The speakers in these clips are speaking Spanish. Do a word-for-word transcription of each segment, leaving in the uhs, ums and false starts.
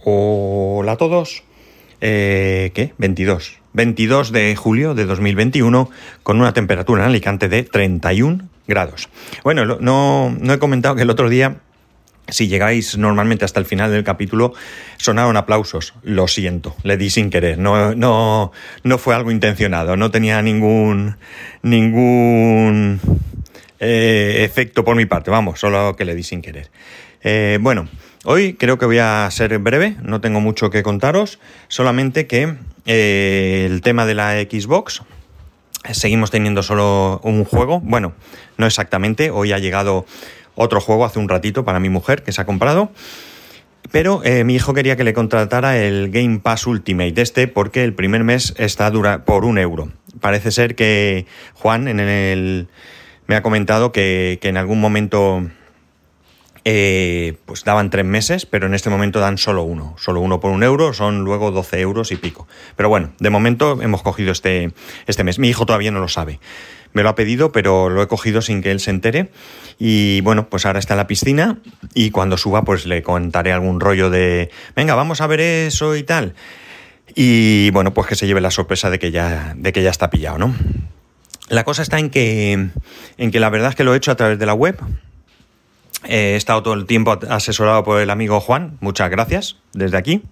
Hola a todos. Eh, ¿Qué? veintidós. veintidós de julio de dos mil veintiuno con una temperatura en Alicante de treinta y un grados. Bueno, no, no he comentado que el otro día, si llegáis normalmente hasta el final del capítulo, sonaron aplausos. Lo siento, le di sin querer. No, no, no fue algo intencionado. No tenía ningún, ningún eh, efecto por mi parte. Vamos, solo que le di sin querer. Eh, bueno, hoy creo que voy a ser breve. No tengo mucho que contaros. Solamente que eh, el tema de la Xbox, seguimos teniendo solo un juego. Bueno, no exactamente. Hoy ha llegado otro juego hace un ratito para mi mujer que se ha comprado, pero eh, mi hijo quería que le contratara el Game Pass Ultimate este porque el primer mes está dura por un euro. Parece ser que Juan en el me ha comentado que, que en algún momento eh, pues daban tres meses, pero en este momento dan solo uno, solo uno por un euro, son luego doce euros y pico. Pero bueno, de momento hemos cogido este, este mes. Mi hijo todavía no lo sabe. Me lo ha pedido, pero lo he cogido sin que él se entere. Y bueno, pues ahora está en la piscina y cuando suba pues le contaré algún rollo de venga, vamos a ver eso y tal. Y bueno, pues que se lleve la sorpresa de que ya, de que ya está pillado, ¿no? La cosa está en que, en que la verdad es que lo he hecho a través de la web. He estado todo el tiempo asesorado por el amigo Juan. Muchas gracias desde aquí.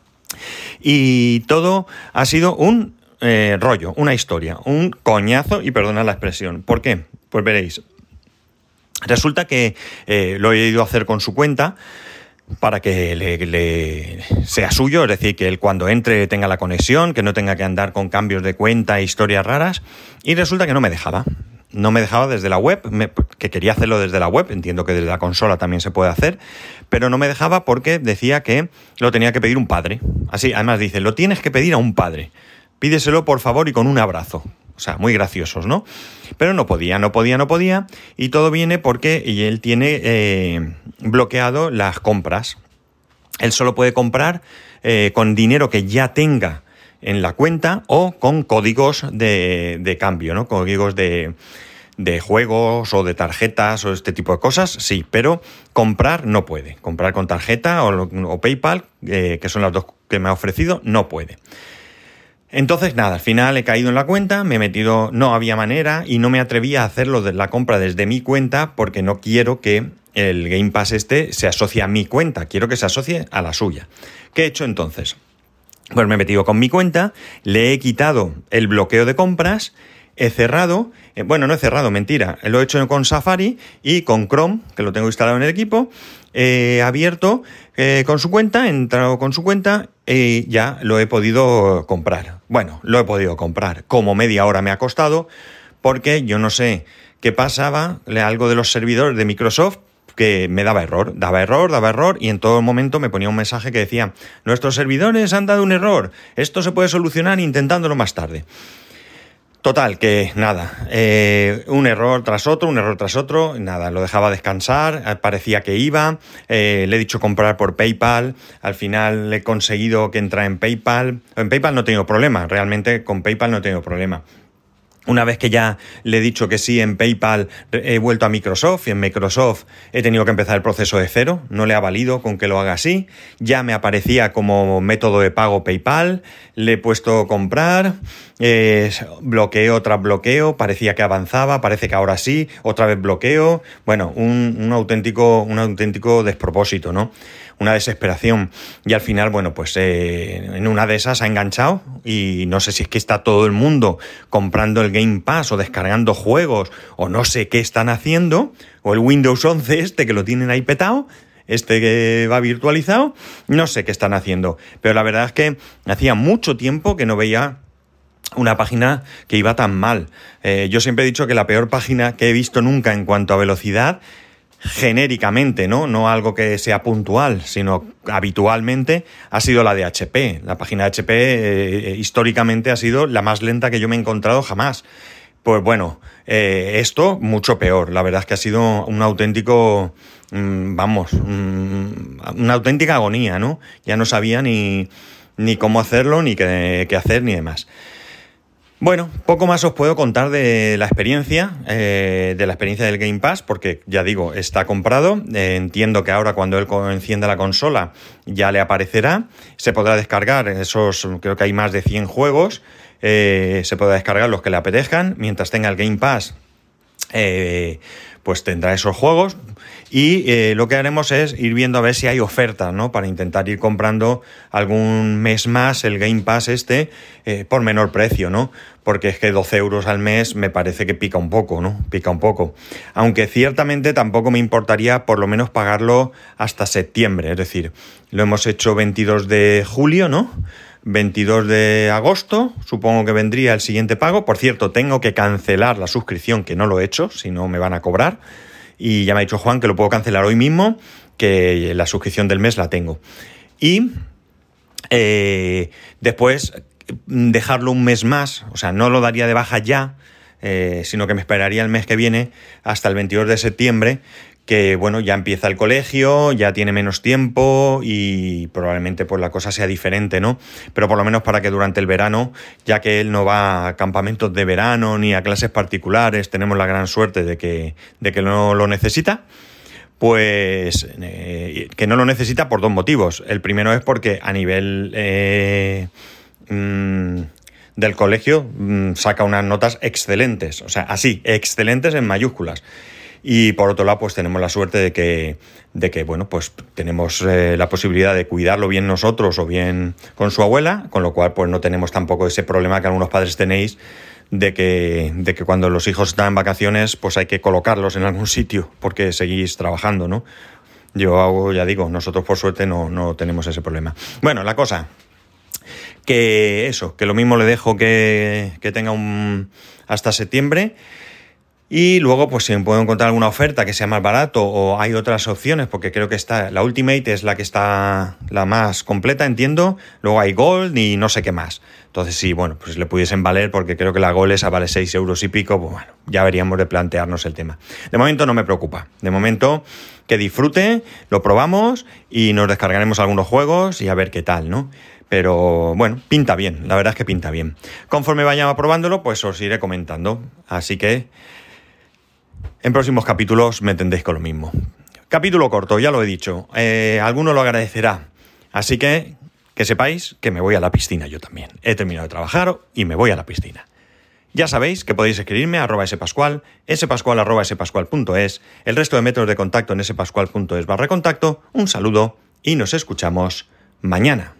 Y todo ha sido un Eh, rollo, una historia, un coñazo, y perdonad la expresión. ¿Por qué? Pues veréis. Resulta que eh, lo he ido a hacer con su cuenta para que le, le sea suyo, es decir, que él cuando entre tenga la conexión, que no tenga que andar con cambios de cuenta e historias raras, y resulta que no me dejaba. No me dejaba desde la web, me, que quería hacerlo desde la web, entiendo que desde la consola también se puede hacer, pero no me dejaba porque decía que lo tenía que pedir un padre. Así, además dice, lo tienes que pedir a un padre. Pídeselo por favor y con un abrazo. O sea, muy graciosos, ¿no? Pero no podía, no podía, no podía. Y todo viene porque él tiene eh, bloqueado las compras. Él solo puede comprar eh, con dinero que ya tenga en la cuenta o con códigos de, de cambio, ¿no? Códigos de, de juegos o de tarjetas o este tipo de cosas, sí. Pero comprar no puede. Comprar con tarjeta o, o PayPal, eh, que son las dos que me ha ofrecido, no puede. Entonces, nada, al final he caído en la cuenta, me he metido, no había manera y no me atrevía a hacerlo de la compra desde mi cuenta porque no quiero que el Game Pass este se asocie a mi cuenta, quiero que se asocie a la suya. ¿Qué he hecho entonces? Pues me he metido con mi cuenta, le he quitado el bloqueo de compras, he cerrado, eh, bueno, no he cerrado, mentira, lo he hecho con Safari y con Chrome, que lo tengo instalado en el equipo, he eh, abierto eh, con su cuenta, he entrado con su cuenta y ya lo he podido comprar. Bueno, lo he podido comprar, como media hora me ha costado, porque yo no sé qué pasaba, algo de los servidores de Microsoft, que me daba error, daba error, daba error, y en todo momento me ponía un mensaje que decía, nuestros servidores han dado un error, esto se puede solucionar intentándolo más tarde. Total, que nada, eh, un error tras otro, un error tras otro, nada, lo dejaba descansar, parecía que iba, eh, le he dicho comprar por PayPal, al final he conseguido que entrara en PayPal, en PayPal no he tenido problema, realmente con PayPal no he tenido problema. Una vez que ya le he dicho que sí en PayPal, he vuelto a Microsoft y en Microsoft he tenido que empezar el proceso de cero, no le ha valido con que lo haga así, ya me aparecía como método de pago PayPal, le he puesto comprar, eh, bloqueo tras bloqueo, parecía que avanzaba, parece que ahora sí, otra vez bloqueo, bueno, un, un auténtico, un auténtico despropósito, ¿no? Una desesperación. Y al final, bueno, pues eh, en una de esas ha enganchado y no sé si es que está todo el mundo comprando el Game Pass o descargando juegos o no sé qué están haciendo, o el Windows once este que lo tienen ahí petado, este que va virtualizado, no sé qué están haciendo. Pero la verdad es que hacía mucho tiempo que no veía una página que iba tan mal. Eh, yo siempre he dicho que la peor página que he visto nunca en cuanto a velocidad, genéricamente, ¿no? No algo que sea puntual, sino habitualmente, ha sido la de H P. La página de H P eh, históricamente ha sido la más lenta que yo me he encontrado jamás. Pues bueno, eh, esto mucho peor. La verdad es que ha sido un auténtico, mmm, vamos, mmm, una auténtica agonía, ¿no? Ya no sabía ni, ni cómo hacerlo, ni qué, qué hacer, ni demás. Bueno, poco más os puedo contar de la experiencia, eh, de la experiencia del Game Pass, porque ya digo, está comprado. Eh, entiendo que ahora cuando él encienda la consola ya le aparecerá. Se podrá descargar esos, creo que hay más de cien juegos. Eh, se podrá descargar los que le apetezcan. Mientras tenga el Game Pass, eh, pues tendrá esos juegos. Y eh, lo que haremos es ir viendo a ver si hay ofertas, ¿no? Para intentar ir comprando algún mes más el Game Pass este eh, por menor precio, ¿no? Porque es que doce euros al mes me parece que pica un poco, ¿no? Pica un poco. Aunque ciertamente tampoco me importaría por lo menos pagarlo hasta septiembre. Es decir, lo hemos hecho veintidós de julio, ¿no? veintidós de agosto, supongo que vendría el siguiente pago. Por cierto, tengo que cancelar la suscripción, que no lo he hecho, si no me van a cobrar. Y ya me ha dicho Juan que lo puedo cancelar hoy mismo, que la suscripción del mes la tengo. Y eh, después dejarlo un mes más, o sea, no lo daría de baja ya, eh, sino que me esperaría el mes que viene hasta el veintidós de septiembre, que bueno, ya empieza el colegio, ya tiene menos tiempo y probablemente pues la cosa sea diferente, ¿no? Pero por lo menos para que durante el verano, ya que él no va a campamentos de verano ni a clases particulares, tenemos la gran suerte de que, de que no lo necesita, pues eh, que no lo necesita por dos motivos. El primero es porque a nivel eh, mmm, del colegio mmm, saca unas notas excelentes, o sea, así, excelentes en mayúsculas. Y por otro lado, pues tenemos la suerte de que, de que bueno, pues tenemos eh, la posibilidad de cuidarlo bien nosotros o bien con su abuela, con lo cual pues no tenemos tampoco ese problema que algunos padres tenéis de que, de que cuando los hijos están en vacaciones, pues hay que colocarlos en algún sitio porque seguís trabajando, ¿no? Yo hago, ya digo, nosotros por suerte no, no tenemos ese problema. Bueno, la cosa, que eso, que lo mismo le dejo que, que tenga un hasta septiembre. Y luego, pues si me puedo encontrar alguna oferta que sea más barato o hay otras opciones, porque creo que está la Ultimate es la que está la más completa, entiendo. Luego hay Gold y no sé qué más. Entonces, sí, bueno, pues le pudiesen valer, porque creo que la Gold esa vale seis euros y pico. Pues bueno, ya veríamos de plantearnos el tema. De momento no me preocupa. De momento que disfrute, lo probamos y nos descargaremos algunos juegos y a ver qué tal, ¿no? Pero bueno, pinta bien, la verdad es que pinta bien. Conforme vayamos probándolo, pues os iré comentando. Así que en próximos capítulos me tendréis con lo mismo. Capítulo corto, ya lo he dicho. Eh, alguno lo agradecerá. Así que que sepáis que me voy a la piscina yo también. He terminado de trabajar y me voy a la piscina. Ya sabéis que podéis escribirme a arroba spascual, spascual arroba spascual punto es, el resto de métodos de contacto en spascual punto es barra contacto. Un saludo y nos escuchamos mañana.